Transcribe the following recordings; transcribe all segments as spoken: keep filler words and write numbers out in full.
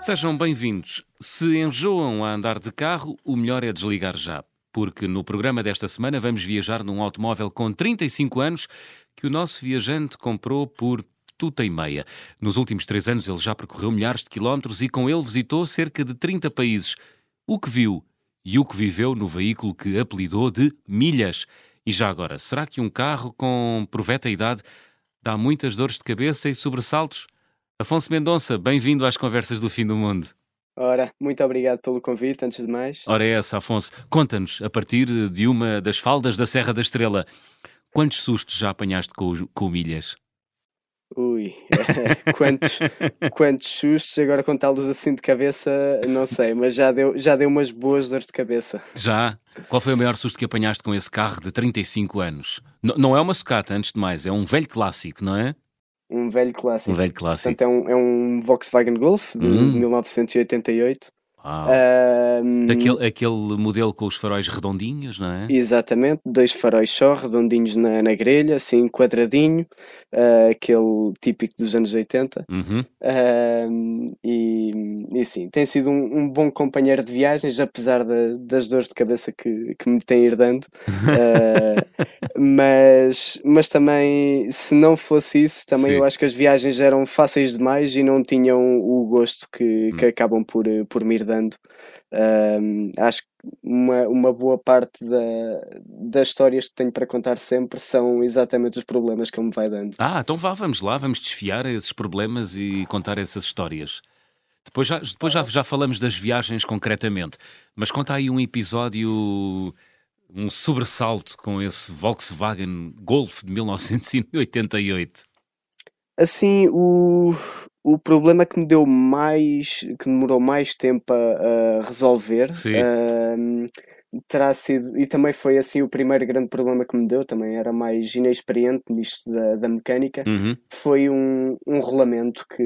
Sejam bem-vindos. Se enjoam a andar de carro, o melhor é desligar já. Porque no programa desta semana vamos viajar num automóvel com trinta e cinco anos que o nosso viajante comprou por tuta e meia. Nos últimos três anos ele já percorreu milhares de quilómetros e com ele visitou cerca de trinta países. O que viu e o que viveu no veículo que apelidou de Milhas. E já agora, será que um carro com proveta idade dá muitas dores de cabeça e sobressaltos? Afonso Mendonça, bem-vindo às Conversas do Fim do Mundo. Ora, muito obrigado pelo convite, antes de mais. Ora é essa, Afonso. Conta-nos, a partir de uma das faldas da Serra da Estrela, quantos sustos já apanhaste com, o- com o Milhas? Ui, quantos, quantos sustos, agora contá-los assim de cabeça, não sei, mas já deu, já deu umas boas dores de cabeça. Já? Qual foi o maior susto que apanhaste com esse carro de trinta e cinco anos? N- não é uma sucata, antes de mais, é um velho clássico, não é? Um velho Um clássico. velho clássico. Portanto, é um, é um Volkswagen Golf de, Hum. de mil novecentos e oitenta e oito. Uau. Ahm, Daquele, aquele modelo com os faróis redondinhos, não é? Exatamente, dois faróis só, redondinhos na, na grelha, assim, quadradinho, ah, aquele típico dos anos oitenta. Uhum. Ahm, e, e sim, tem sido um, um bom companheiro de viagens, apesar da- das dores de cabeça que, que me tem ir dando. Ah, mas, mas também, se não fosse isso, também eu Sim. acho que as viagens eram fáceis demais e não tinham o gosto que, que Hum. acabam por, eh, por me ir dando. Ahm, acho que uma, uma boa parte da, das histórias que tenho para contar sempre são exatamente os problemas que ele me vai dando. Ah, então vá, vamos lá, vamos desfiar esses problemas e contar essas histórias. Depois já, depois já, já falamos das viagens concretamente, mas conta aí um episódio, um sobressalto com esse Volkswagen Golf de mil novecentos e oitenta e oito. Assim, o, o problema que me deu mais, que demorou mais tempo a, a resolver, Sim. ahm, terá sido, e também foi assim o primeiro grande problema que me deu, também era mais inexperiente nisto da, da mecânica, Uhum. foi um, um rolamento que,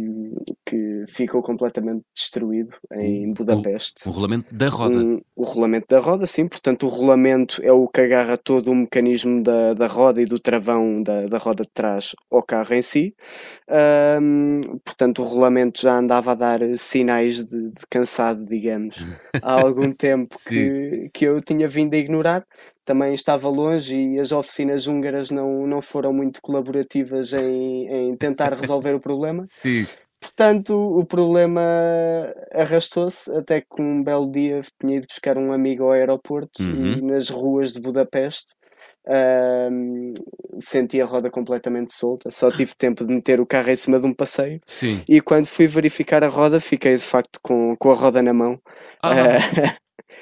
que ficou completamente destruído em O, o, Budapeste. o rolamento da roda. Um- o rolamento da roda, sim, portanto o rolamento é o que agarra todo o mecanismo da, da roda e do travão da, da roda de trás ao carro em si. Ahm, portanto o rolamento já andava a dar sinais de, de cansado, digamos, há algum tempo Sim. que, que eu tinha vindo a ignorar. Também estava longe e as oficinas húngaras não, não foram muito colaborativas em, em tentar resolver o problema. Sim. Portanto, o problema arrastou-se até que um belo dia tinha ido buscar um amigo ao aeroporto Uhum. e nas ruas de Budapeste ahm, senti a roda completamente solta. Só tive tempo de meter o carro em cima de um passeio Sim. e quando fui verificar a roda fiquei de facto com, com a roda na mão. Ah, Ah,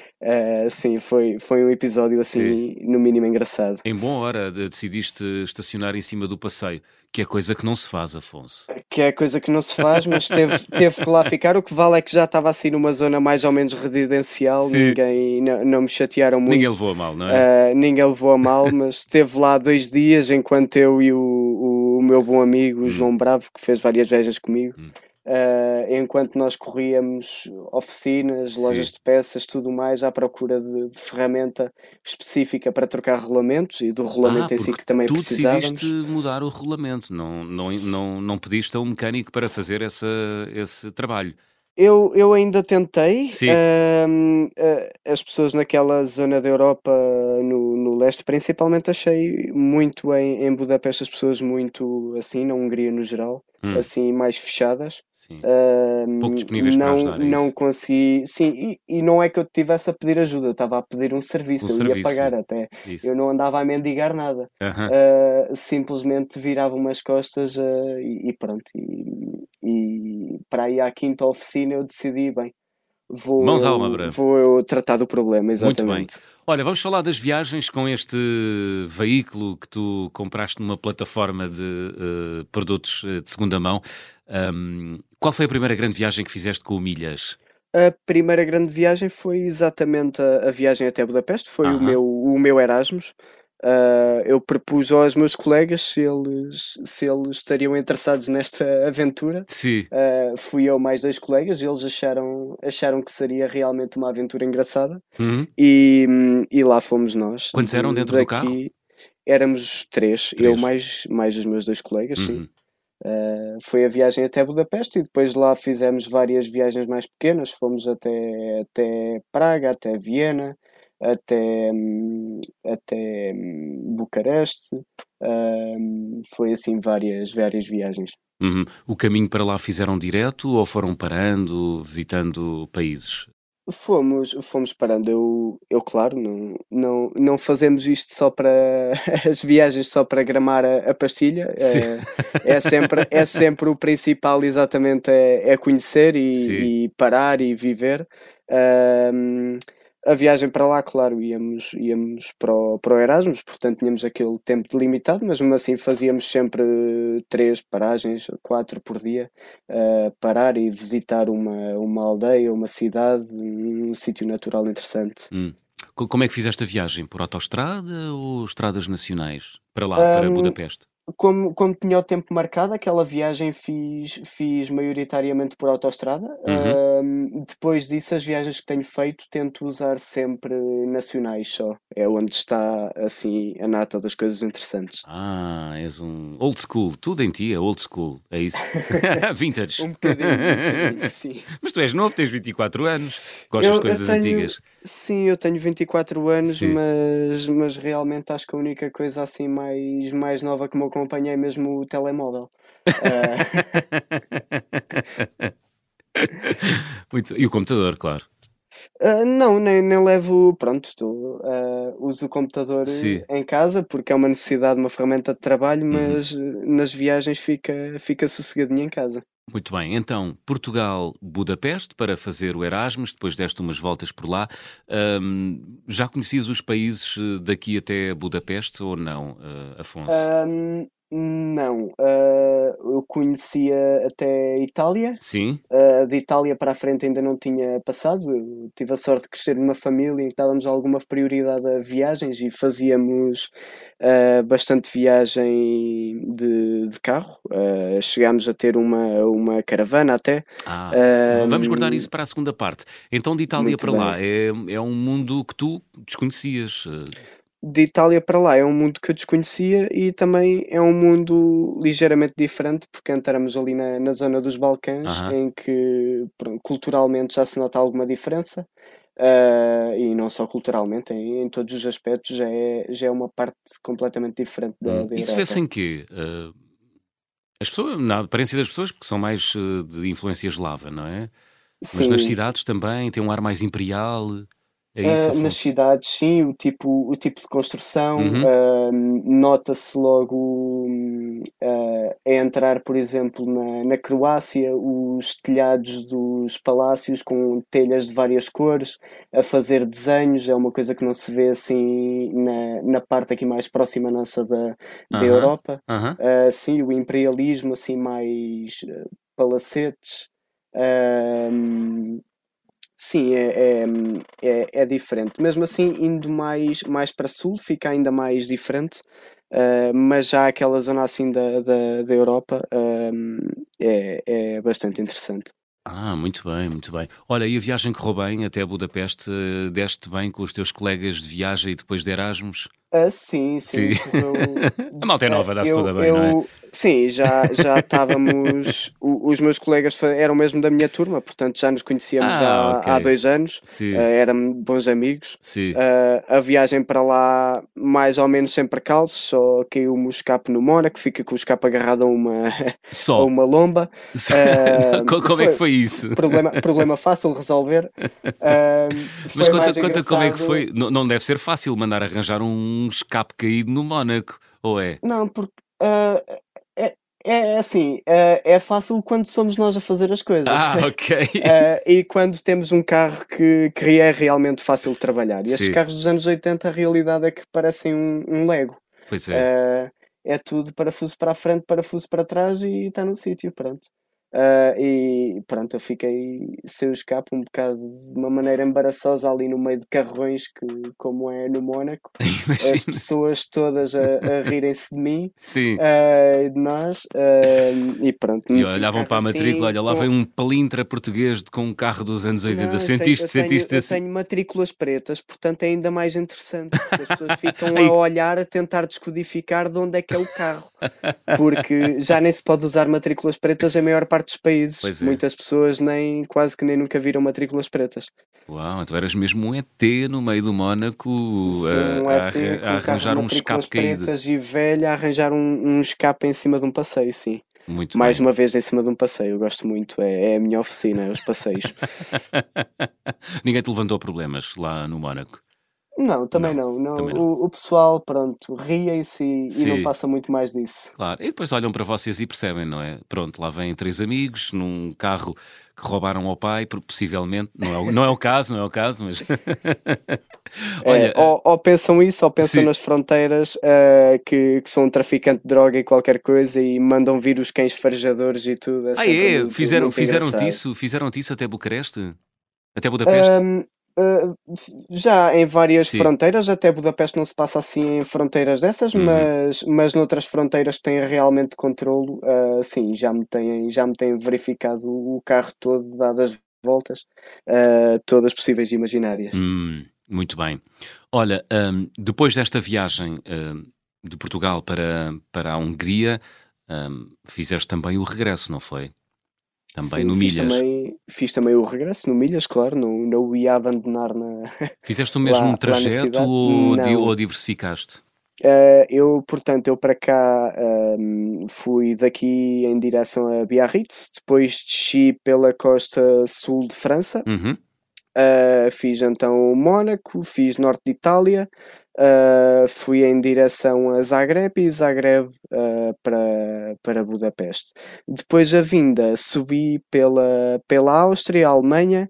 ah, sim, foi, foi um episódio sim. assim, no mínimo engraçado. Em boa hora de- decidiste estacionar em cima do passeio, que é coisa que não se faz, Afonso. Que é coisa que não se faz, mas teve, teve que lá ficar. O que vale é que já estava assim numa zona mais ou menos residencial, Sim. ninguém não, não me chatearam Ninguém muito, levou a mal, não é? ah, ninguém levou a mal, mas esteve lá dois dias enquanto eu e o, o, o meu bom amigo, o Hum, João Bravo, que fez várias viagens comigo, hum. ah, enquanto nós corríamos oficinas, lojas Sim. de peças, tudo mais, à procura de, de ferramenta específica para trocar rolamentos e do Ah, rolamento em si porque que também tu decidiste precisávamos. mudar o regulamento, não, não, não, não pediste a um mecânico para fazer essa, esse trabalho. Eu, eu ainda tentei. Sim. ahm, a- as pessoas naquela zona da Europa, no, no leste, principalmente, achei muito em, em Budapeste as pessoas muito assim, na Hungria no geral, Hum, assim, mais fechadas. sim. Pouco Ahm, disponíveis para não, ajudar, é não isso? consegui. Sim, e, e não é que eu tivesse a pedir ajuda, eu estava a pedir um Um serviço, eu ia serviço, pagar sim. até. Isso. Eu não andava a mendigar nada. Aham. Ah, simplesmente virava umas costas, ah, e, e pronto. E, e para ir à quinta oficina eu decidi, bem, vou Mãos à eu, obra. vou eu tratar do problema, Muito bem. exatamente. Olha, vamos falar das viagens com este veículo que tu compraste numa plataforma de eh, produtos eh, de segunda mão. Ahm, qual foi a primeira grande viagem que fizeste com o Milhas? A primeira grande viagem foi exatamente a, a viagem até Budapeste, foi o Aham. meu, o meu Erasmus. Ah, eu propus aos meus colegas se eles, se eles estariam interessados nesta aventura. Sim. Ah, fui eu mais dois colegas, eles acharam, acharam que seria realmente uma aventura engraçada Uhum. e, hum, e lá fomos nós. Quantos eram De, dentro do carro? daqui éramos três, eu Três. mais, mais os meus dois colegas, sim. Uhum. Uh, foi a viagem até Budapeste e depois lá fizemos várias viagens mais pequenas. Fomos até, até Praga, até Viena, até, hum, até hum, Bucareste. Um, foi assim várias, várias viagens. Uhum. O caminho para lá fizeram direto ou foram parando, visitando países? Fomos, fomos parando. Eu, eu claro, não, não, não fazemos isto só para as viagens só para gramar a, a pastilha. Sim. É, é sempre, é sempre o principal, exatamente, é, é conhecer Sim. e, e parar e viver. Ahm, a viagem para lá, claro, íamos, íamos para o, para o Erasmus, portanto tínhamos aquele tempo limitado, mas mesmo assim fazíamos sempre três paragens, quatro por dia, uh, parar e visitar uma, uma aldeia, uma cidade, um sítio natural interessante. Hum. Co- Como é que fizeste a viagem? Por autoestrada ou estradas nacionais? Para lá, para Um, Budapeste? Como, como tinha o tempo marcado, aquela viagem fiz, fiz maioritariamente por autoestrada. Uhum. Ahm, depois disso, as viagens que tenho feito, tento usar sempre nacionais só. É onde está, assim, a nata das coisas interessantes. Ah, és um old school. Tudo em ti é old school, é isso? Vintage. Um bocadinho, um bocadinho, sim. Mas tu és novo, tens vinte e quatro anos, gostas de Eu, eu coisas tenho, antigas. sim, eu tenho vinte e quatro anos, Sim. mas, mas realmente acho que a única coisa assim mais, mais nova que me acompanha é mesmo o telemóvel. Ah, Muito. E o computador, claro. ah, não, nem, nem levo, pronto, estou, ah, uso o computador Sim. em casa porque é uma necessidade, uma ferramenta de trabalho, Uhum. mas eh, nas viagens fica, fica sossegadinho em casa. Muito bem, então, Portugal, Budapeste, para fazer o Erasmus, depois deste umas voltas por lá. Hum, já conhecias os países eh, daqui até Budapeste ou não, eh, Afonso? Ahm, não, ah, eu conhecia até Itália. Sim? Uh, de Itália para a frente ainda não tinha passado. Eu tive a sorte de crescer numa família em que dávamos alguma prioridade a viagens e fazíamos uh, bastante viagem de, de carro. Uh, chegámos a ter uma, uma caravana até. Ah, v- vamos guardar Um, isso para a segunda parte. Então, de Itália muito para lá, bem. é, é um mundo que tu desconhecias. eh, De Itália para lá é um mundo que eu desconhecia e também é um mundo ligeiramente diferente porque entramos ali na, na zona dos Balcãs Aham. em que pronto, culturalmente já se nota alguma diferença. Ah, e não só culturalmente, em, em todos os aspectos já é, já é uma parte completamente diferente da, Hum. da Isso vê-se Europa. em quê? Eh, as pessoas, na aparência das pessoas, porque são mais eh, de influência eslava, não é? Mas nas Sim, cidades também tem um ar mais imperial. É isso, ah, nas Afonso? cidades, sim, o tipo, o tipo de construção, Uhum. ah, nota-se logo hum, ah, a entrar, por exemplo, na, na Croácia, os telhados dos palácios com telhas de várias cores, a fazer desenhos, é uma coisa que não se vê assim na, na parte aqui mais próxima nossa da, da Aham. Europa. Aham. Ah, sim, o imperialismo assim mais ah, palacetes. ah, Sim, é, é, é, é diferente. Mesmo assim, indo mais, mais para sul, fica ainda mais diferente. Ah, mas já aquela zona assim da, da, da Europa, ahm, é, é bastante interessante. Ah, muito bem, muito bem. Olha, e a viagem correu bem até Budapeste? eh, Deste bem com os teus colegas de viagem e depois de Erasmus? Ah, sim, Sim. sim, correu. A malta é ah, nova, dá-se eu, toda bem, não é? eu, sim, já, já estávamos. o- Os meus colegas fa- eram mesmo da minha turma, portanto já nos conhecíamos Ah, há, ok. há dois anos, ah, Sim, éramos bons amigos. sim. Ah, a viagem para lá, mais ou menos sem percalços, só caiu-me o escape no Mónaco, fica com o escape agarrado a uma, a Só. uma lomba. Ah, Co- Como é que foi foi isso? problema, problema fácil de resolver. Ah, Mas foi conta, mais conta como é que engraçado. foi. Não, não deve ser fácil mandar arranjar um escape caído no Mónaco, ou é? Não, porque ah, é, é assim, é, é fácil quando somos nós a fazer as coisas. Ah, ok. Ah, e quando temos um carro que, que é realmente fácil de trabalhar. E estes Sim, carros dos anos oitenta, a realidade é que parecem um, um Lego. pois é. Ah, é tudo parafuso para a frente, parafuso para trás e está no sítio, pronto. Ah, e pronto, eu fiquei sem o escape um bocado de uma maneira embaraçosa ali no meio de carrões, que, como é no Mónaco, as Imagina. pessoas todas a, a rirem-se de mim, Sim. ah, e de nós, ah, e pronto, E meti o olhavam carro para a matrícula, assim olha, lá com. vem um pelintra português com um carro dos anos oitenta. Não, eu tenho, Sentiste, eu tenho, sentiste eu assim? tenho matrículas pretas, portanto é ainda mais interessante, porque as pessoas ficam a Ai, olhar, a tentar descodificar de onde é que é o carro, porque já nem se pode usar matrículas pretas em maior parte dos países. pois é. Muitas pessoas nem, quase que nem nunca viram matrículas pretas. Uau, tu eras mesmo um E T no meio do Mónaco Sim, um a, a E T arran- a com carro de arranjar um matrículas escape caído. pretas e velho a arranjar um, um escape em cima de um passeio, sim. Muito Mais bem. uma vez em cima de um passeio, eu gosto muito, é, é a minha oficina, é os passeios. Ninguém te levantou problemas lá no Mónaco? Não, também Não, não. Não. também não. O, o pessoal, pronto, riem-se e, e não Sim, passa muito mais disso. claro. E depois olham para vocês e percebem, não é? Pronto, lá vêm três amigos num carro que roubaram ao pai, por- possivelmente. Não é, o- não é o caso, não é o caso, mas. É, Olha, ah, ou, ou pensam isso, ou pensam sim. nas fronteiras, ah, que, que são um traficante de droga e qualquer coisa e mandam vir os cães farejadores e tudo. É Ah, sempre é? muito, Fizeram, muito fizeram-te engraçado. isso? Fizeram-te isso até Bucareste? Até Budapeste? Ahm, ah, f- já em várias Sim. fronteiras, até Budapeste não se passa assim em fronteiras dessas, Uhum. mas, mas noutras fronteiras que têm realmente controlo, ah, sim, já me têm, já me têm verificado o carro todo, dadas voltas, ah, todas possíveis e imaginárias. Hum, muito bem. Olha, hum, depois desta viagem, hum, de Portugal para, para a Hungria, hum, fizeste também o regresso, não foi? Também Sim, no fiz Milhas. também, fiz também o regresso no Milhas, claro, não, não o ia abandonar na, Fizeste o mesmo lá, lá na trajeto cidade. ou, di- Não. ou diversificaste? Eh, eu, portanto, eu para cá ahm, fui daqui em direção a Biarritz, depois desci pela costa sul de França. Uhum. Uh, fiz então Mónaco, fiz norte de Itália, uh, fui em direção a Zagreb e Zagreb uh, para, para Budapeste. Depois a vinda subi pela, pela Áustria, Alemanha,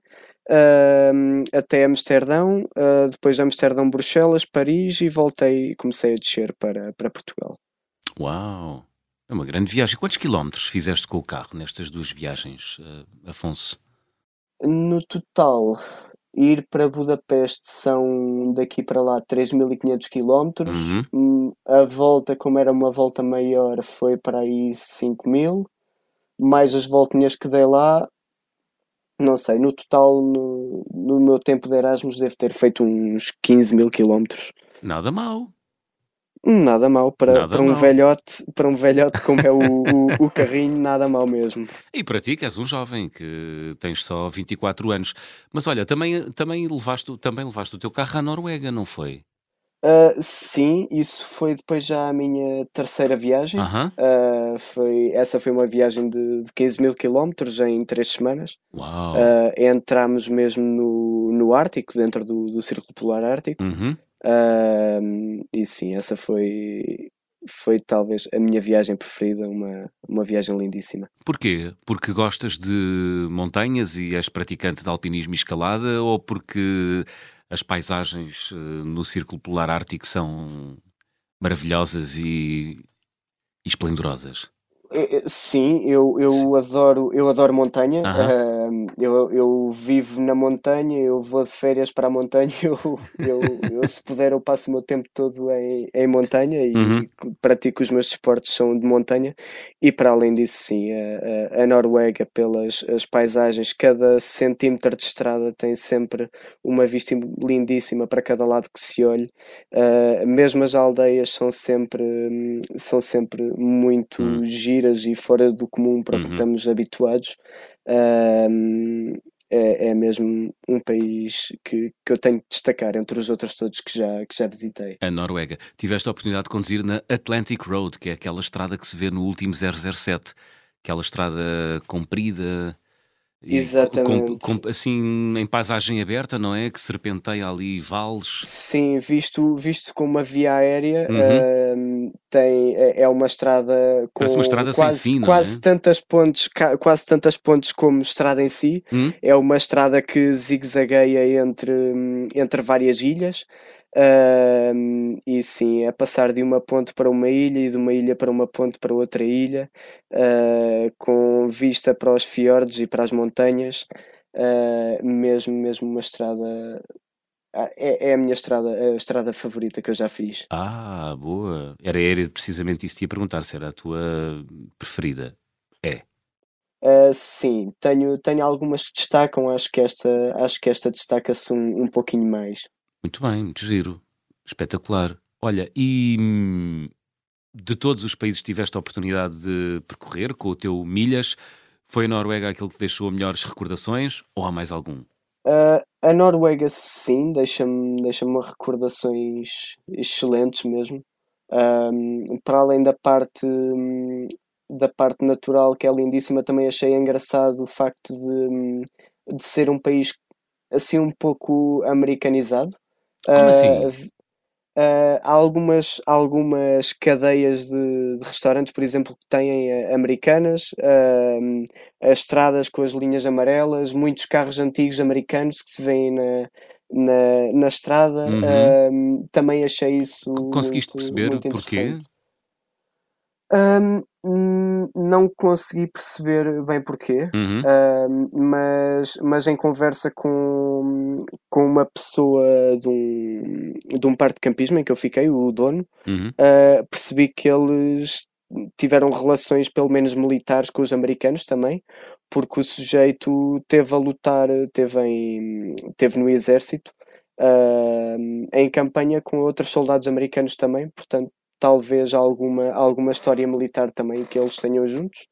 uh, até Amsterdão, uh, depois Amsterdão, Bruxelas, Paris e voltei e comecei a descer para, para Portugal. Uau! É uma grande viagem. Quantos quilómetros fizeste com o carro nestas duas viagens, eh, Afonso? No total, ir para Budapeste são daqui para lá três mil e quinhentos quilómetros. Uhum. Hum, A volta, como era uma volta maior, foi para aí cinco mil. Mais as voltinhas que dei lá, não sei, no total, no, no meu tempo de Erasmus, devo ter feito uns quinze mil quilómetros. Nada mal. Nada mal para, Nada para um mal. velhote, para um velhote como é o, o, o carrinho, nada mal mesmo. E para ti, que és um jovem, que tens só vinte e quatro anos. Mas olha, também, também, levaste, também levaste o teu carro à Noruega, não foi? Uh, sim, isso foi depois já a minha terceira viagem. Aham. Uh, foi, essa foi uma viagem de, de quinze mil quilómetros em três semanas. Uau. Uh, entramos mesmo no, no Ártico, dentro do, do Círculo Polar Ártico. Uhum. Uh, e sim, essa foi, foi talvez a minha viagem preferida, uma, uma viagem lindíssima. Porquê? Porque gostas de montanhas e és praticante de alpinismo e escalada, ou porque as paisagens eh, no Círculo Polar Ártico são maravilhosas e, e esplendorosas? Eh, eh, Sim, eu, Sim. eu adoro, eu adoro montanha. Aham. ahm, eu, eu vivo na montanha, eu vou de férias para a montanha. Eu, eu, eu, se puder, eu passo o meu tempo todo em, em montanha Uhum. e pratico os meus esportes são de montanha. E para além disso, sim, a, a, a Noruega, pelas as paisagens, cada centímetro de estrada tem sempre uma vista lindíssima para cada lado que se olhe. Uh, mesmo as aldeias são sempre, hum, são sempre muito Hum. giras e fora do comum para o que Uhum. estamos habituados. Um, é, é mesmo um país que, que eu tenho de destacar entre os outros todos que já, que já visitei. A Noruega. Tiveste a oportunidade de conduzir na Atlantic Road, que é aquela estrada que se vê no último zero zero sete. Aquela estrada comprida e co- com, Exatamente. com- assim em paisagem aberta, não é? Que serpenteia ali vales. Sim, visto, visto como uma via aérea, Uhum. hum, tem, é é uma estrada Parece uma com estrada sem quase, fim, não quase é? tantas pontes, ca- quase tantas pontes como estrada em si. Hum? É uma estrada que zigue-zagueia entre, hum, entre várias ilhas. Ahm, e sim, é passar de uma ponte para uma ilha e de uma ilha para uma ponte para outra ilha, ah, com vista para os fiordes e para as montanhas. Ah, mesmo, mesmo uma estrada. ah, É, é a minha estrada, a estrada favorita que eu já fiz. Ah, boa. Era, era precisamente isso que te ia perguntar, se era a tua preferida. É. Ah, sim, tenho, tenho algumas que destacam, acho que esta, acho que esta destaca-se um, um pouquinho mais. Muito bem, muito giro. Espetacular. Olha, e hum, de todos os países que tiveste a oportunidade de percorrer com o teu milhas, foi a Noruega aquele que deixou melhores recordações ou há mais algum? Ah, a Noruega, sim, deixa-me deixa-me recordações excelentes mesmo. Ahm, para além da parte, hum, da parte natural, que é lindíssima, também achei engraçado o facto de, hum, de ser um país assim um pouco americanizado. Como Ah, assim? Uh, há algumas, algumas cadeias de, de restaurantes, por exemplo, que têm uh, americanas, uh, as estradas com as linhas amarelas, muitos carros antigos americanos que se vêem na, na, na estrada. Uhum. Uh, também achei isso Co- Conseguiste muito, perceber muito o porquê? interessante. Hum, hum, não consegui perceber bem porquê, Uhum. hum, mas, mas em conversa com, com uma pessoa de um, de um parque de campismo em que eu fiquei, o dono, Uhum. uh, percebi que eles tiveram relações, pelo menos militares, com os americanos também, porque o sujeito teve a lutar, teve, em, teve no exército, hum, em campanha com outros soldados americanos também, portanto talvez alguma, alguma história militar também que eles tenham juntos.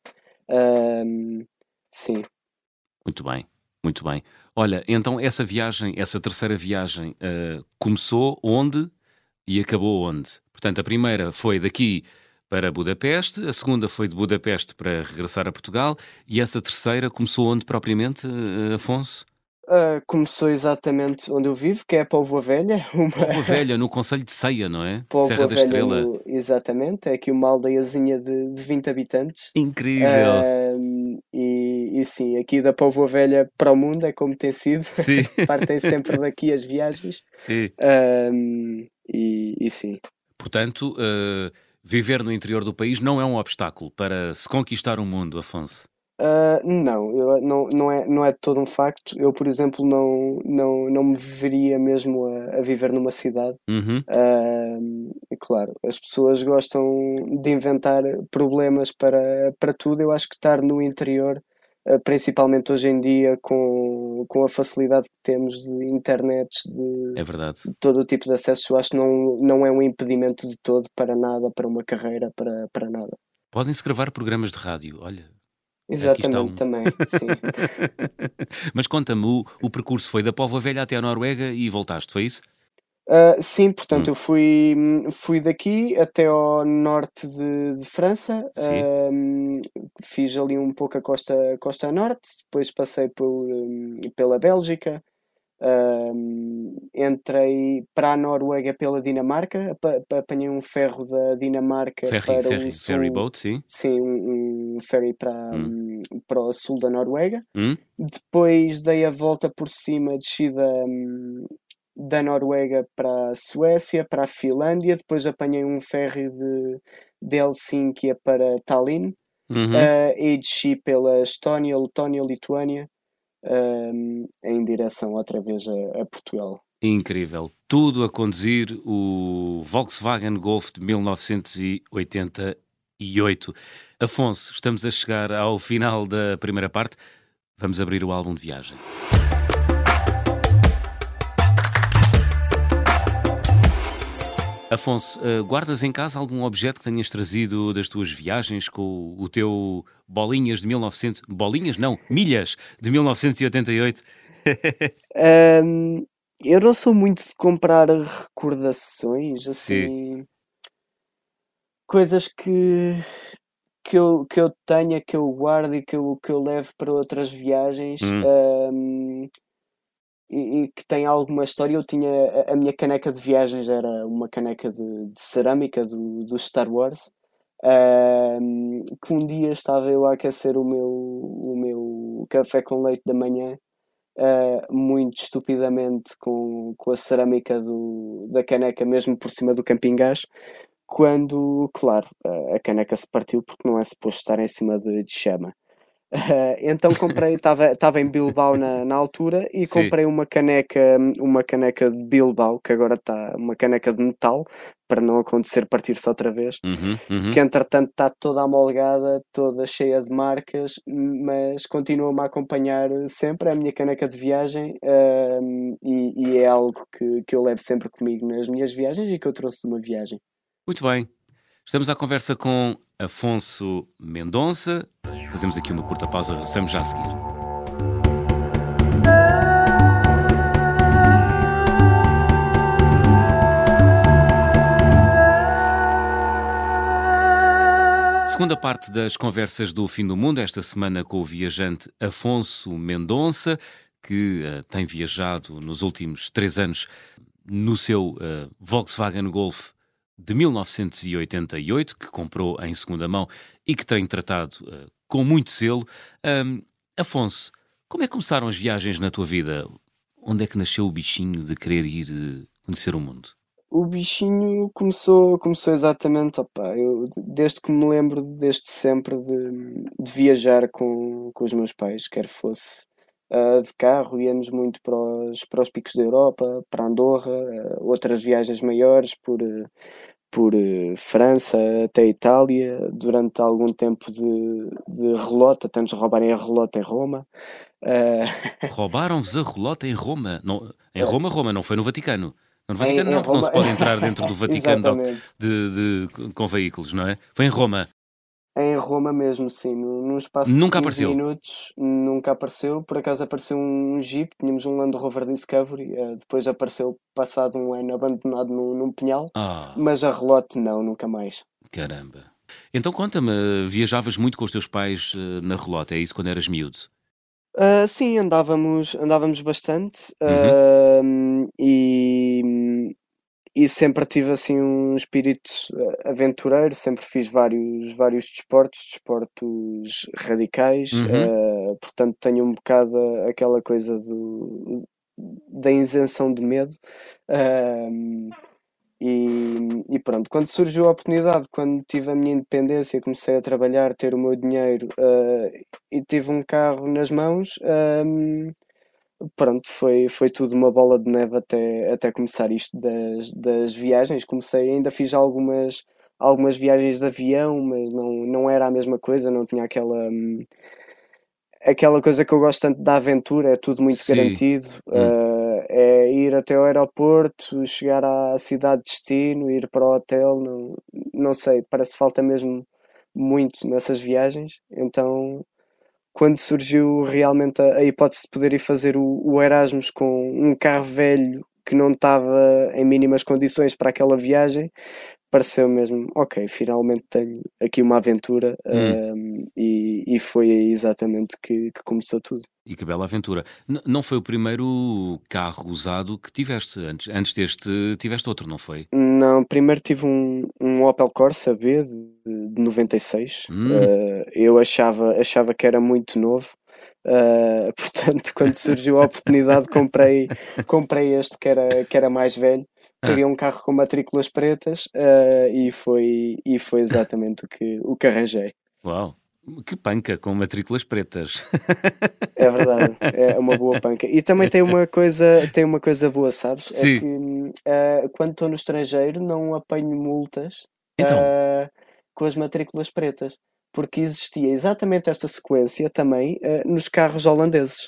Ahm, sim. Muito bem, muito bem. Olha, então essa viagem, essa terceira viagem, ah, começou onde e acabou onde? Portanto, a primeira foi daqui para Budapeste, a segunda foi de Budapeste para regressar a Portugal e essa terceira começou onde propriamente, ah, Afonso? Ah, começou exatamente onde eu vivo, que é a Póvoa Velha, uma Póvoa Velha, no concelho de Ceia, não é? Serra Póvoa da Velha Estrela. no, exatamente, é aqui uma aldeiazinha de, de vinte habitantes. Incrível! Ahm, e, e sim, aqui da Póvoa Velha para o mundo é como tem sido, Sim, partem sempre daqui as viagens. sim. Ahm, e, e sim. Portanto, ah, viver no interior do país não é um obstáculo para se conquistar o mundo, Afonso. Ah, não, eu não não é não é de todo um facto. Eu, por exemplo, não não não me veria mesmo a a viver numa cidade. Uhum. Ah, e claro, as pessoas gostam de inventar problemas para para tudo. Eu acho que estar no interior, ah, principalmente hoje em dia com com a facilidade que temos de internet, de É verdade. de todo o tipo de acessos, eu acho que não não é um impedimento de todo para nada, para uma carreira, para para nada. Podem-se gravar programas de rádio. Olha, aqui está Exatamente, um. também, sim. Mas conta-me, o, o percurso foi da Póvoa Velha até a Noruega e voltaste, foi isso? Ah, sim, portanto, Hum. eu fui, hum, fui daqui até ao norte de, de França, Sim. hum, fiz ali um pouco a costa, costa norte, depois passei por, hum, pela Bélgica, hum, entrei para a Noruega pela Dinamarca, apa- apa- apanhei um ferro da Dinamarca Ferry, para o ferry, ferry sul, boat, sim. sim, um, um ferry para, Hum. hum, para o sul da Noruega. Hum? Depois dei a volta por cima, desci da, hum, da Noruega para a Suécia, para a Finlândia, depois apanhei um ferry de, de Helsínquia para Tallinn, Uhum. ah, e desci pela Estónia, Letónia, Lituânia, hum, em direção outra vez a, a Portugal. Incrível. Tudo a conduzir o Volkswagen Golf de mil novecentos e oitenta e oito. Afonso, estamos a chegar ao final da primeira parte. Vamos abrir o álbum de viagem. Afonso, eh, guardas em casa algum objeto que tenhas trazido das tuas viagens com o teu bolinhas de mil e novecentos... Bolinhas? Não, milhas de mil novecentos e oitenta e oito. Hum, eu não sou muito de comprar recordações, Sim. assim, coisas que, que eu, que eu tenha, que eu guarde e que eu, que eu leve para outras viagens, Hum, hum, e, e que tem alguma história. Eu tinha a, a minha caneca de viagens era uma caneca de, de cerâmica do, do Star Wars, hum, que um dia estava eu a aquecer o meu, o meu café com leite da manhã, uh, muito estupidamente com, com a cerâmica do, da caneca, mesmo por cima do camping gás, quando, claro, a caneca se partiu porque não é suposto estar em cima de, de chama. Uh, então comprei, estava em Bilbao na, na altura e Sim. comprei uma caneca, uma caneca de Bilbao, que agora está uma caneca de metal, para não acontecer partir-se outra vez, Uhum, uhum. que entretanto está toda amolgada, toda cheia de marcas, mas continua-me a acompanhar sempre, é a minha caneca de viagem, uh, e, e é algo que, que eu levo sempre comigo nas minhas viagens e que eu trouxe de uma viagem. Muito bem. Estamos à conversa com Afonso Mendonça. Fazemos aqui uma curta pausa, regressamos já a seguir. Segunda parte das conversas do Fim do Mundo, esta semana com o viajante Afonso Mendonça, que uh, tem viajado nos últimos três anos no seu uh, Volkswagen Golf de mil novecentos e oitenta e oito, que comprou em segunda mão e que tem tratado uh, com muito zelo. Um, Afonso, como é que começaram as viagens na tua vida? Onde é que nasceu o bichinho de querer ir uh, conhecer o mundo? O bichinho começou, começou exatamente, opa, eu, desde que me lembro, desde sempre, de, de viajar com, com os meus pais, quer fosse uh, de carro, íamos muito para os, para os picos da Europa, para Andorra, uh, outras viagens maiores por... Uh, por uh, França até Itália, durante algum tempo de, de relota, até nos roubarem a relota em Roma. Uh... Roubaram-vos a relota em Roma? Não, em Roma, Roma, não foi no Vaticano. No Vaticano em, em não, Roma... não se pode entrar dentro do Vaticano de, de, com veículos, não é? Foi em Roma. Em Roma mesmo, sim, num espaço nunca de quinze apareceu. minutos, nunca apareceu. Por acaso apareceu um Jeep, tínhamos um Land Rover Discovery, uh, depois apareceu passado um ano abandonado num, num pinhal, Ah, mas a relote não, nunca mais. Caramba. Então conta-me, viajavas muito com os teus pais uh, na relota, é isso quando eras miúdo? Uh, sim, andávamos, andávamos bastante, Uhum. uh, e, e sempre tive assim um espírito aventureiro, sempre fiz vários, vários desportos, desportos radicais, Uhum. uh, portanto tenho um bocado aquela coisa do, da isenção de medo. Uh, e, e pronto, quando surgiu a oportunidade, quando tive a minha independência, comecei a trabalhar, ter o meu dinheiro, uh, e tive um carro nas mãos, um, pronto, foi, foi tudo uma bola de neve até, até começar isto das, das viagens. Comecei, ainda fiz algumas, algumas viagens de avião, mas não, não era a mesma coisa, não tinha aquela... Hum, aquela coisa que eu gosto tanto da aventura, é tudo muito Sim. garantido, Hum. uh, é ir até ao aeroporto, chegar à cidade de destino, ir para o hotel, não, não sei, parece que falta mesmo muito nessas viagens. Então, quando surgiu realmente a, a hipótese de poder ir fazer o, o Erasmus com um carro velho que não estava em mínimas condições para aquela viagem, pareceu mesmo, ok, finalmente tenho aqui uma aventura, Hum. um, e, e foi aí exatamente que, que começou tudo. E que bela aventura. N- não foi o primeiro carro usado que tiveste. Antes, antes deste, tiveste outro, não foi? Não, primeiro tive um, um Opel Corsa B de, de noventa e seis. Hum. Uh, eu achava, achava que era muito novo. Uh, portanto, quando surgiu a oportunidade, comprei, comprei este que era, que era mais velho. Queria um carro com matrículas pretas, uh, e, foi, e foi exatamente o que, o que arranjei. Uau, que panca com matrículas pretas. É verdade, é uma boa panca. E também tem uma coisa, tem uma coisa boa, sabes? É Sim. que uh, quando estou no estrangeiro não apanho multas Então. uh, com as matrículas pretas, porque existia exatamente esta sequência também uh, nos carros holandeses.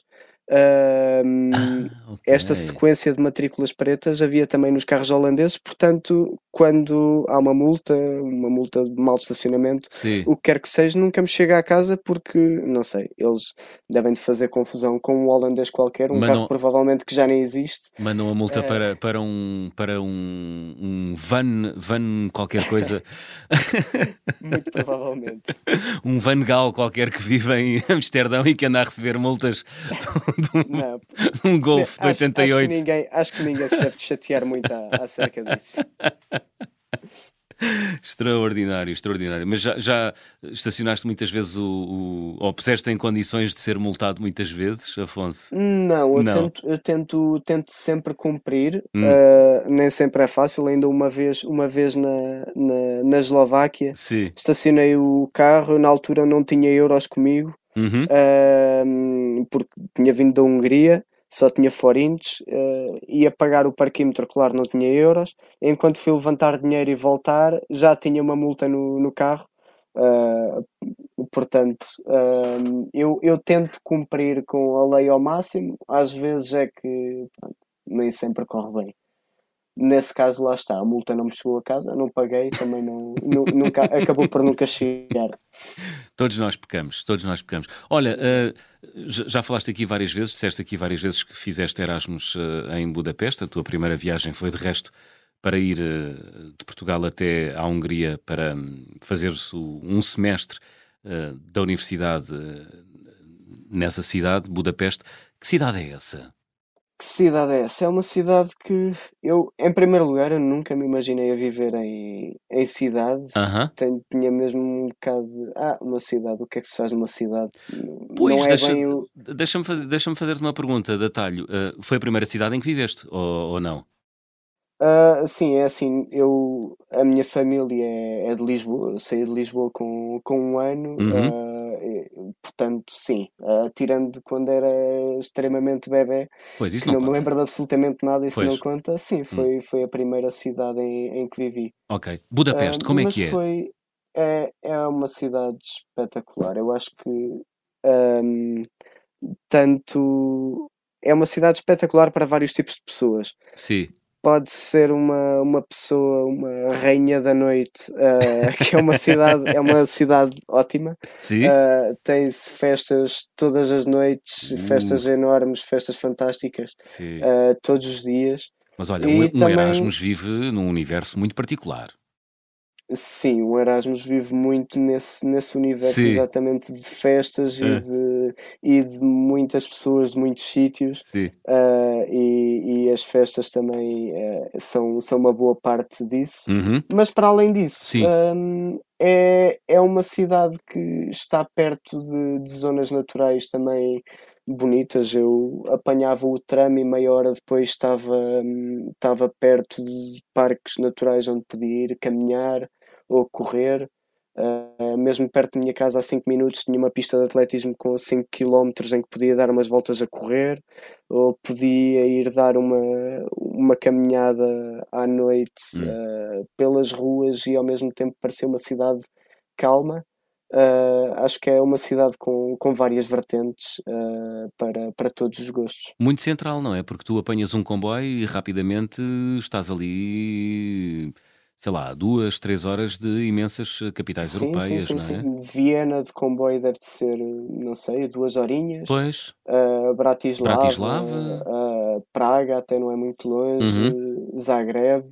Uh, Ah, ok. esta sequência de matrículas pretas havia também nos carros holandeses, portanto, quando há uma multa, uma multa de mau estacionamento, Sim. o que quer que seja, nunca me chega à casa porque, não sei, eles devem de fazer confusão com um holandês qualquer, um Mandam, carro provavelmente que já nem existe. mandam a multa Uh, para, para um, para um, um van, van qualquer coisa. muito provavelmente. Um Van Gaal qualquer que vive em Amsterdão e que anda a receber multas de um, Não, de um Golf de acho, oitenta e acho, que oito. ninguém, acho que ninguém se deve chatear muito a- acerca disso. Extraordinário, extraordinário. Mas já, já estacionaste muitas vezes o, o- ou puseste em condições de ser multado muitas vezes, Afonso? Não, eu Não. tento, eu tento, tento sempre cumprir, Hum, ah, nem sempre é fácil. Ainda uma vez, uma vez na, na, na Eslováquia, sim. estacionei o carro, na altura não tinha euros comigo, Uhum. ahm, porque tinha vindo da Hungria, só tinha forintes, ah, ia pagar o parquímetro, claro, não tinha euros. Enquanto fui levantar dinheiro e voltar, já tinha uma multa no, no carro. ah, Portanto, hum, eu, eu tento cumprir com a lei ao máximo, às vezes é que pronto, nem sempre corre bem. Nesse caso, lá está, a multa não me chegou a casa, não paguei, também não, nu- nunca, acabou por nunca chegar. Todos nós pecamos, todos nós pecamos. Olha, eh, já já falaste aqui várias vezes, disseste aqui várias vezes que fizeste Erasmus eh, em Budapeste. A tua primeira viagem foi, de resto, para ir eh, de Portugal até à Hungria para hum, fazeres o- um semestre eh, da universidade eh, nessa cidade, Budapeste. Que cidade é essa? Que cidade é essa? É uma cidade que eu, em primeiro lugar, eu nunca me imaginei a viver em, em cidade. Aham. Tenho, tinha mesmo um bocado de, ah, uma cidade, o que é que se faz numa cidade? N- Não Pois, é deixa, bem o. deixa-me fazer, deixa-me fazer-te uma pergunta de atalho. Eh, foi a primeira cidade em que viveste, ou, ou não? Ah, sim, é assim, eu, a minha família é, é de Lisboa, eu saí de Lisboa com, com um ano, Uhum. ah, e, portanto, sim, ah, tirando quando era extremamente bebé, Pois, isso que não não me conta. lembro de absolutamente nada, isso não Pois. conta, sim, Hum. foi, foi a primeira cidade em, em que vivi. Ok. Ah, Budapeste, como é mas que é? foi, é, é uma cidade espetacular, eu acho que, ahm, tanto, é uma cidade espetacular para vários tipos de pessoas. Sim. Pode ser uma uma pessoa, uma rainha da noite, ah, que é uma cidade é uma cidade ótima. Sim? Ah, tem-se festas todas as noites, Uh, festas enormes, festas fantásticas, sim. ah, todos os dias. Mas olha, um, E um também Erasmus vive num universo muito particular. sim, o Erasmus vive muito nesse nesse universo Sim. exatamente de festas e Ah, de e de muitas pessoas de muitos sítios, sim. ah, e e as festas também, eh, são são uma boa parte disso. Uhum. Mas para além disso, Sim. hum, é é uma cidade que está perto de de zonas naturais também bonitas. Eu apanhava o tram e meia hora depois estava, hum, estava perto de parques naturais onde podia ir caminhar ou correr. Ah, mesmo perto da minha casa, a cinco minutos, tinha uma pista de atletismo com cinco quilómetros em que podia dar umas voltas a correr, ou podia ir dar uma, uma caminhada à noite, Hum. ah, pelas ruas e ao mesmo tempo parecer uma cidade calma. Ah, acho que é uma cidade com, com várias vertentes, ah, para, para todos os gostos. Muito central, não é? Porque tu apanhas um comboio e rapidamente estás ali, sei lá, duas, três horas de imensas eh, capitais Sim, sim, europeias, sim, não é? sim. Viena de comboio deve de ser, não sei, duas horinhas. Pois. Ah, Bratislava, Bratislava. ah, Praga até não é muito longe, Uhum. Zagreb.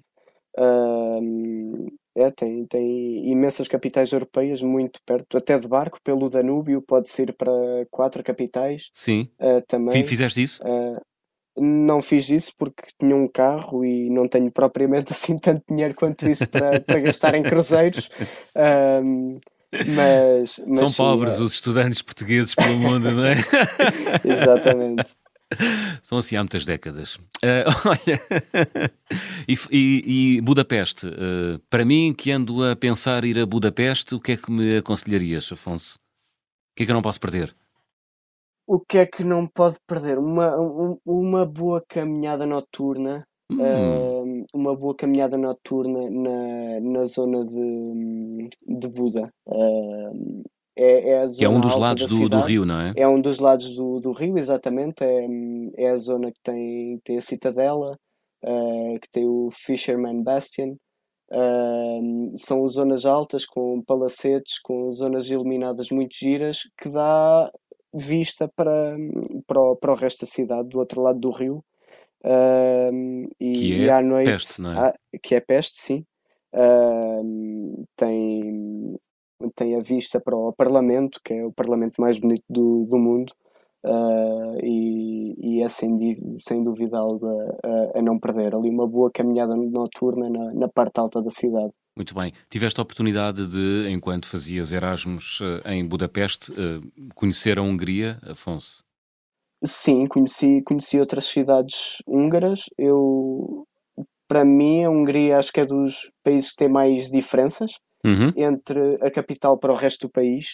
Ahm, é, tem, tem imensas capitais europeias muito perto, até de barco, pelo Danúbio, pode-se ir para quatro capitais, Sim. ah, Fi- também. Fizeste isso? Ah, não fiz isso porque tinha um carro e não tenho propriamente assim tanto dinheiro quanto isso para, para gastar em cruzeiros. Ahm, mas, mas São sim, pobres é, os estudantes portugueses pelo mundo, não é? exatamente. São assim há muitas décadas. Ah, olha, e, f- e- e Budapeste, ah, para mim que ando a pensar ir a Budapeste, o que é que me aconselharias, Afonso? O que é que eu não posso perder? O que é que não pode perder? Uma, um- uma boa caminhada noturna. Hum, Ahm, uma boa caminhada noturna na, na zona de, de Buda. Ahm, é, é a que é um zona dos alta lados da do, do cidade. rio, não é? É um dos lados do, do rio, exatamente. É, é a zona que tem, tem a Citadela, ah, que tem o Fisherman Bastion. Ahm, são zonas altas com palacetes, com zonas iluminadas muito giras, que dá vista para, para, o, para o resto da cidade, do outro lado do rio. Ahm, Que e, e é à noite, peste, não é? ah, que é Peste, sim, ahm, tem, tem a vista para o Parlamento, que é o Parlamento mais bonito do, do mundo. ah, e, e é sem, di- sem dúvida algo a, a- a não perder. Ali uma boa caminhada noturna na, na parte alta da cidade. Muito bem. Tiveste a oportunidade de, enquanto fazias Erasmus eh, em Budapeste, eh, conhecer a Hungria, Afonso? Sim, conheci, conheci outras cidades húngaras. Eu, para mim, a Hungria acho que é dos países que tem mais diferenças Uhum. entre a capital para o resto do país.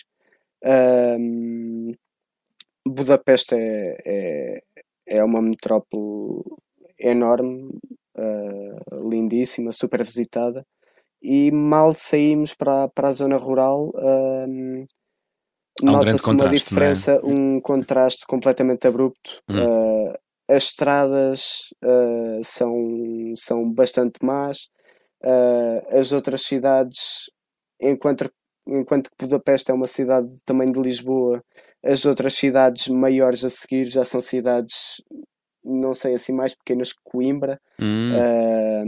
Ahm, Budapeste é, é, é uma metrópole enorme, ah, lindíssima, super visitada. E mal saímos para, para a zona rural, ahm, Há um grande nota-se uma contraste, não é? diferença, um contraste completamente abrupto. Hum. Ah, as estradas ah, são, são bastante más. Ah, as outras cidades, enquanto, enquanto que Budapeste é uma cidade do tamanho de Lisboa, as outras cidades maiores a seguir já são cidades, não sei, assim, mais pequenas que Coimbra. Hum. Ah,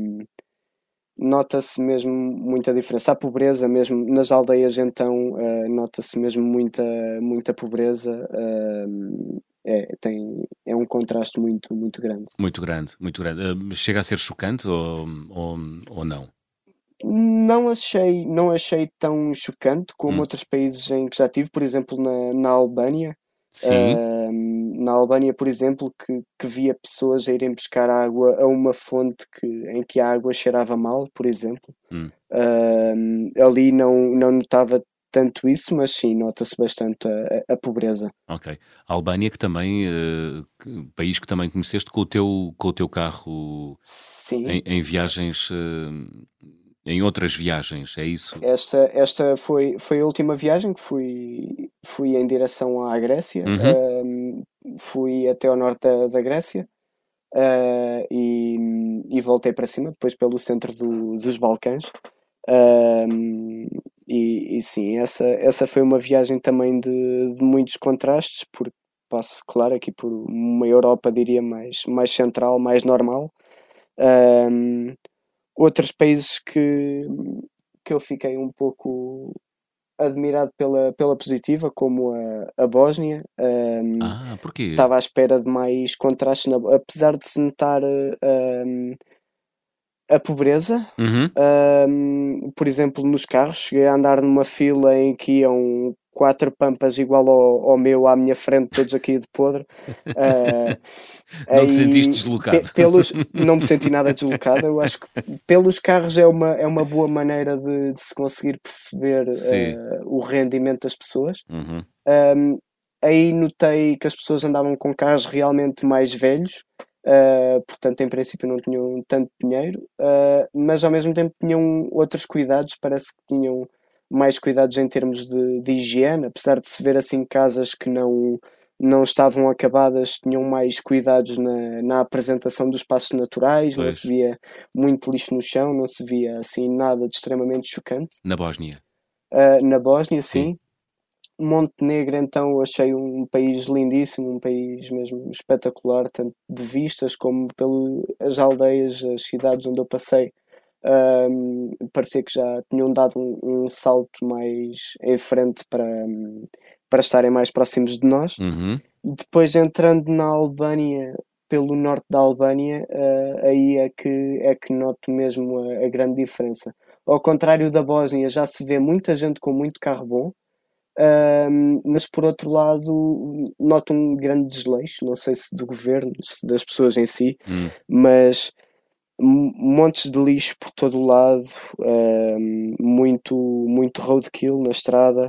nota-se mesmo muita diferença. Há pobreza mesmo nas aldeias, então uh, nota-se mesmo muita, muita pobreza. Uh, é, tem, é um contraste muito, muito grande. Muito grande, muito grande. Uh, chega a ser chocante ou, ou, ou não? Não achei, não achei tão chocante como Hum. outros países em que já tive, por exemplo, na, na Albânia. Sim. Uh, na Albânia, por exemplo, que, que via pessoas a irem buscar água a uma fonte que, em que a água cheirava mal, por exemplo. Hum. Uh, ali não, não notava tanto isso, mas sim, nota-se bastante a, a pobreza. Ok. A Albânia, que também, uh, que, país que também conheceste com o teu, com o teu carro Sim. em, em viagens, uh, em outras viagens, é isso? Esta, esta foi, foi a última viagem que fui, fui em direção à Grécia. Uhum. Uh, fui até ao norte da, da Grécia. Uh, e, e voltei para cima, depois pelo centro do, dos Balcãs. Uh, e, e sim, essa, essa foi uma viagem também de, de muitos contrastes, porque passo, claro, aqui por uma Europa, diria, mais, mais central, mais normal. Uh, outros países que, que eu fiquei um pouco admirado pela, pela positiva, como a, a Bósnia. Um, Ah, porquê? Estava à espera de mais contrastes, na, apesar de se notar um, a pobreza. Uhum. Um, por exemplo, nos carros, cheguei a andar numa fila em que iam quatro pampas igual ao, ao meu à minha frente, todos aqui de podre. Uh, Não te sentiste aí, deslocado? pe- pelos, não me senti nada deslocado. Eu acho que pelos carros é uma, é uma boa maneira de, de se conseguir perceber Sim. uh, o rendimento das pessoas. Uhum. Um, aí notei que as pessoas andavam com carros realmente mais velhos, uh, portanto, em princípio, não tinham tanto dinheiro, uh, mas ao mesmo tempo tinham outros cuidados. Parece que tinham mais cuidados em termos de, de higiene, apesar de se ver assim casas que não, não estavam acabadas, tinham mais cuidados na, na apresentação dos espaços naturais. Pois. Não se via muito lixo no chão, não se via assim nada de extremamente chocante. Na Bósnia? Uh, na Bósnia, sim. Sim. Montenegro, então, eu achei um país lindíssimo, um país mesmo espetacular, tanto de vistas como pelas aldeias, as cidades onde eu passei. Um, parecia que já tinham dado um, um salto mais em frente para, um, para estarem mais próximos de nós. Uhum. Depois, entrando na Albânia, pelo norte da Albânia, uh, aí é que, é que noto mesmo a, a grande diferença. Ao contrário da Bósnia, já se vê muita gente com muito carro bom. Um, mas por outro lado noto um grande desleixo, não sei se do governo, se das pessoas em si, Hum. mas montes de lixo por todo o lado, um, muito, muito roadkill na estrada.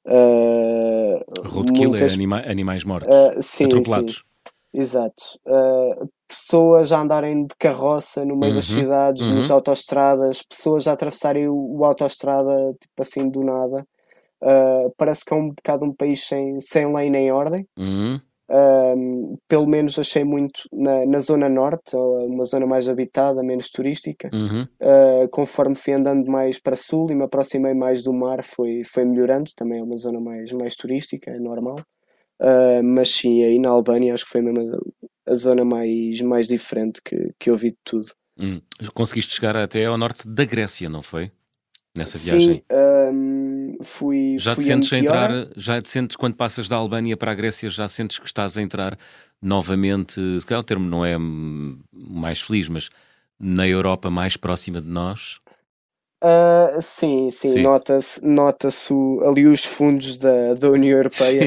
Uh, Roadkill muitas, é anima animais mortos, uh, sim, atropelados. Sim, exato. Uh, pessoas a andarem de carroça no meio Uhum. das cidades, Uhum. nas autoestradas, pessoas a atravessarem o, o autoestrada tipo assim do nada. Uh, parece que é um bocado um país sem, sem lei nem ordem. Uhum. Uh, pelo menos achei muito na, na zona norte, uma zona mais habitada, menos turística. Uhum. Uh, conforme fui andando mais para sul e me aproximei mais do mar, foi, foi melhorando. Também é uma zona mais, mais turística, é normal. Uh, mas sim, aí na Albânia acho que foi mesmo a, a zona mais, mais diferente que, que eu vi de tudo. Hum. Conseguiste chegar até ao norte da Grécia, não foi? Nessa Sim, viagem. um, fui, Já te fui a sentes a Meteora. entrar, já te sentes, quando passas da Albânia para a Grécia, já sentes que estás a entrar novamente, se calhar o termo não é hum, mais feliz, mas na Europa mais próxima de nós? Ah, sim, sim, Sim. nota-se nota-se o- ali os fundos da, da União Europeia.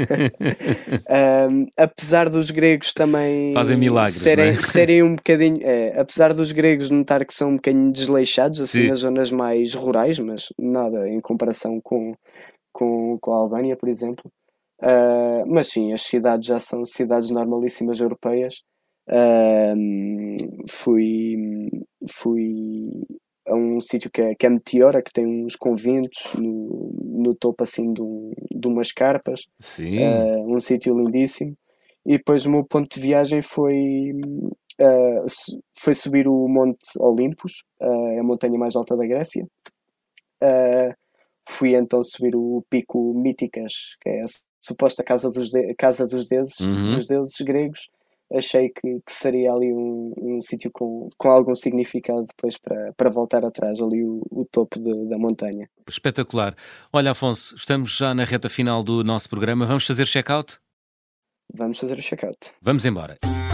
Ahm, apesar dos gregos Fazem também milagres, não é? serem, serem um bocadinho, é, apesar dos gregos notar que são um bocadinho desleixados, assim, Sim. nas zonas mais rurais, mas nada em comparação com, com, com a Albânia, por exemplo. Ah, mas sim, as cidades já são cidades normalíssimas europeias. Ahm, fui, fui a um sítio que é, que é Meteora, que tem uns conventos no, no topo assim de, um- de umas carpas, Sim. ah, um sítio lindíssimo. E depois o meu ponto de viagem foi, ah, su- foi subir o Monte Olympus, ah, é a montanha mais alta da Grécia. Ah, fui então subir o pico Míticas, que é a suposta casa dos, de- casa dos deuses, Uhum. dos deuses gregos. Achei que, que seria ali um, um sítio com, com algum significado depois para, para voltar atrás, ali o, o topo de- da montanha. Espetacular. Olha, Afonso, estamos já na reta final do nosso programa. Vamos fazer check-out? Vamos fazer o check-out. Vamos embora.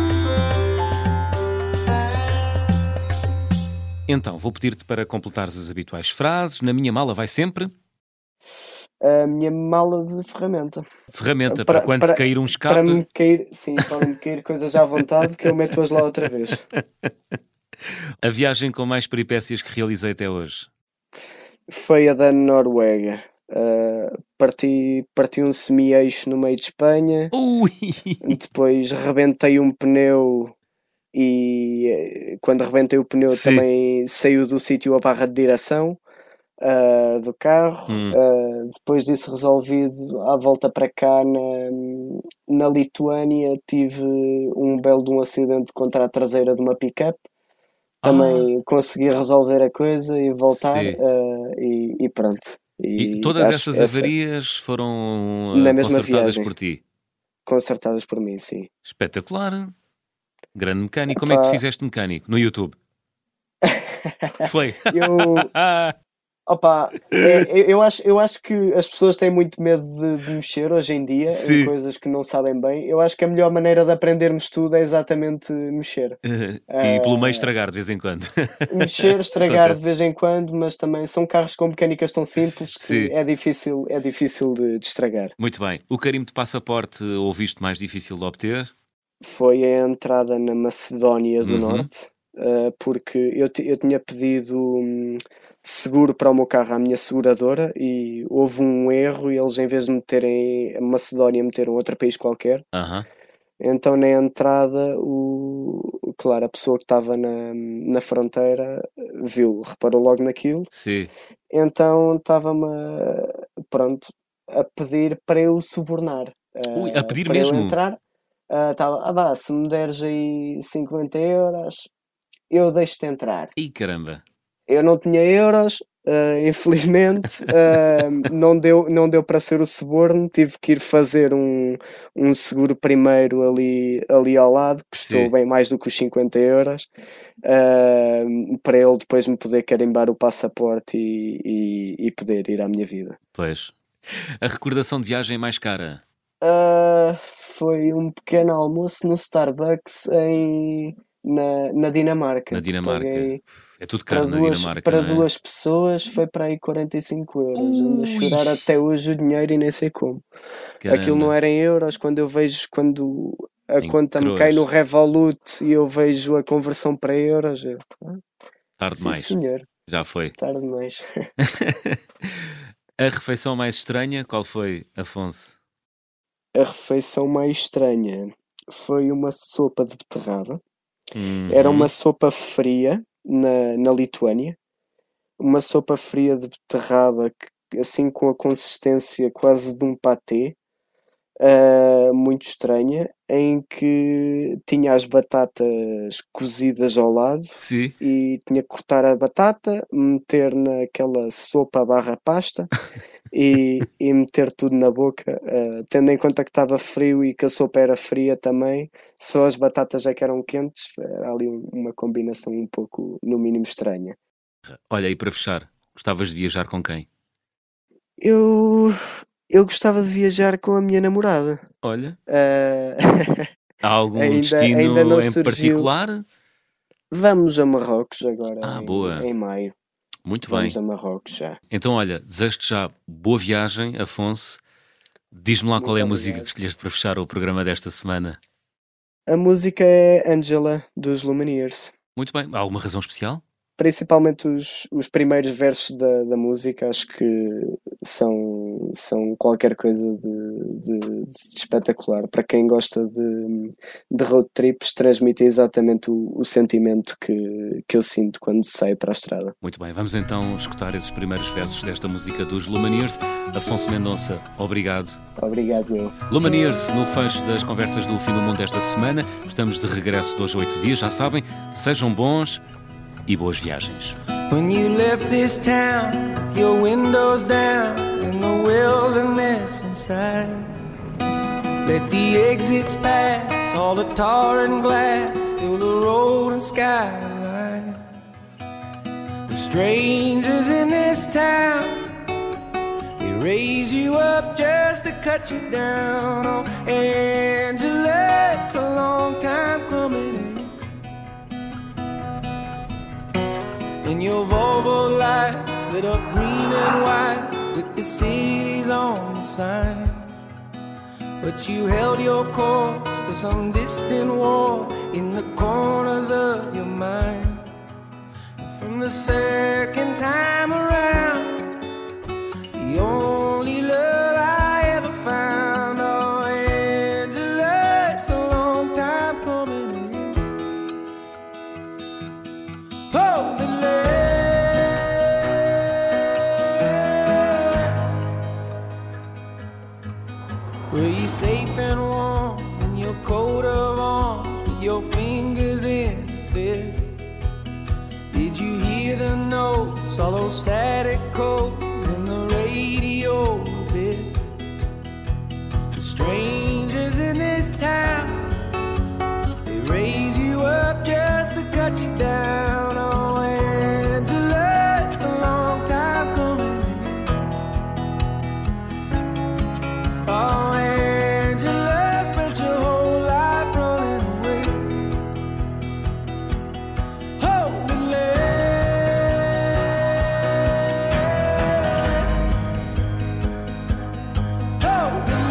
Então, vou pedir-te para completares as habituais frases. Na minha mala vai sempre A minha mala de ferramenta. ferramenta para Para, quando te para, cair um para escape. me cair, sim, podem-me cair coisas à vontade que eu meto-as lá outra vez. A viagem com mais peripécias que realizei até hoje. Foi a da Noruega. Ah, parti, parti um semi-eixo no meio de Espanha, Ui! depois rebentei um pneu e eh, quando rebentei o pneu Sim. também saiu do sítio a barra de direção ah, do carro. Hum. Ah, depois disso resolvido, à volta para cá na, na Lituânia tive um belo de um acidente contra a traseira de uma pick-up. Ah, Também consegui resolver a coisa e voltar sim. ah, e, e pronto. E E todas acho que essas essa avarias foram na ah, mesma consertadas viagem, por ti. consertadas por mim, sim. Espetacular. Grande mecânico. Como é que te Epá, fizeste mecânico? No YouTube. Foi. eu, opa, é, eu eu acho, eu acho que as pessoas têm muito medo de, de mexer hoje em dia em Sim. coisas que não sabem bem. Eu acho que a melhor maneira de aprendermos tudo é exatamente mexer. E pelo meio Ah, estragar de vez em quando. mexer, estragar de Acontece. vez em quando, mas também são carros com mecânicas tão simples que Sim. é difícil, é difícil de, de estragar. Muito bem. O carimbo de passaporte ouviste mais difícil de obter? Foi a entrada na Macedónia do Uhum. Norte, ah, porque eu, ti- eu tinha pedido hum, seguro para o meu carro à minha seguradora e houve um erro e eles, em vez de meterem a Macedónia, meteram outro país qualquer. Aham. Então, na entrada, o, claro, a pessoa que estava na, na fronteira viu, reparou logo naquilo. Sim. Então, estava-me, a- pronto, a pedir para eu subornar, Ui, a ah, pedir para eu mesmo? entrar. Ah, Estava, ah, vá, se me deres aí cinquenta euros, eu deixo-te entrar. Ih, caramba. Eu não tinha euros, ah, infelizmente, ah, não deu, não deu para ser o suborno, tive que ir fazer um, um seguro primeiro ali, ali ao lado, custou Sim. bem mais do que os cinquenta euros, ah, para ele depois me poder carimbar o passaporte e, e, e poder ir à minha vida. Pois. A recordação de viagem mais cara? Ah, foi um pequeno almoço no Starbucks em, na, na Dinamarca, Na que Dinamarca. paguei É tudo para caro na duas, Dinamarca, para não é? duas pessoas, foi para aí quarenta e cinco euros. Ando a Ui, chorar até hoje o dinheiro e nem sei como. Aquilo não caramba. era em euros, quando eu vejo, quando a Em conta me cai no croas. Revolut e eu vejo a conversão para euros, eu, ah, Tarde sim demais. senhor, Já foi. tarde demais. A refeição mais estranha, qual foi, Afonso? A refeição mais estranha foi uma sopa de beterraba. Era uma Uhum. sopa fria na, na Lituânia, uma sopa fria de beterraba que, assim com a consistência quase de um patê, ah, muito estranha, em que tinha as batatas cozidas ao lado Sim. e tinha que cortar a batata, meter naquela sopa barra pasta e, e meter tudo na boca, ah, tendo em conta que estava frio e que a sopa era fria também, só as batatas é que eram quentes, era ali um- uma combinação um pouco, no mínimo, estranha. Olha, e para fechar, gostavas de viajar com quem? Eu, eu gostava de viajar com a minha namorada. Olha, Ah, há algum ainda, ainda destino não em surgiu. particular? Vamos a Marrocos agora Ah, em, boa. em maio. Muito Vamos bem. a Marrocos já. Então, olha, desejo-te já boa viagem, Afonso. Diz-me lá Muito qual é a obrigado. música que escolheste para fechar o programa desta semana. A música é Angela, dos Lumineers. Muito bem. Há alguma razão especial? Principalmente os, os primeiros versos da, da música, acho que são, são qualquer coisa de, de, de espetacular. Para quem gosta de, de road trips, transmite exatamente o, o sentimento que, que eu sinto quando saio para a estrada. Muito bem, vamos então escutar esses primeiros versos desta música dos Lumineers. Afonso Mendonça, obrigado. Obrigado, eu. Lumineers, no fecho das conversas do Fim do Mundo desta semana. Estamos de regresso de hoje a oito dias, já sabem, sejam bons e boas viagens. When you left this town with your windows down and the wilderness inside, let the exits pass, all the tar and glass, till the road and sky align. The strangers in this town, they raise you up just to cut you down. Oh, Angela, it's a long time coming in. And your Volvo lights lit up green and white with the cities on the signs. But you held your course to some distant war in the corners of your mind. And from the second time around, the only love I ever found. Oh, Angela, it's a long time coming in. Oh, but last, were you safe and warm in your coat of arms with your fingers in a fist? Did you hear the notes, all those static codes in the radio bits? The strangers in this town, they raise you up just to cut you down. Oh, Angela, it's a long time coming. Oh, Angela, spent your whole life running away. Hold me last. Hold me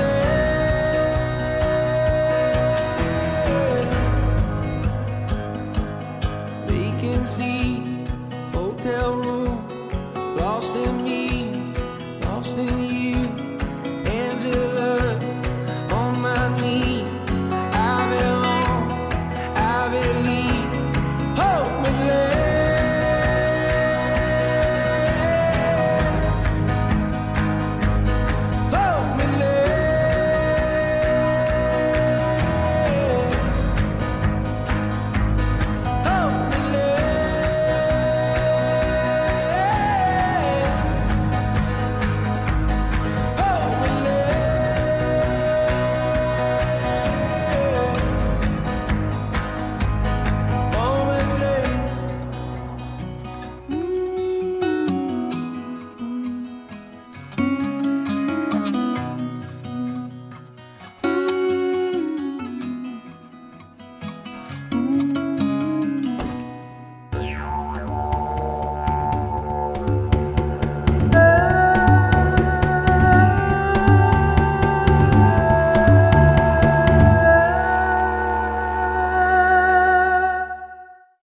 last. Vacancy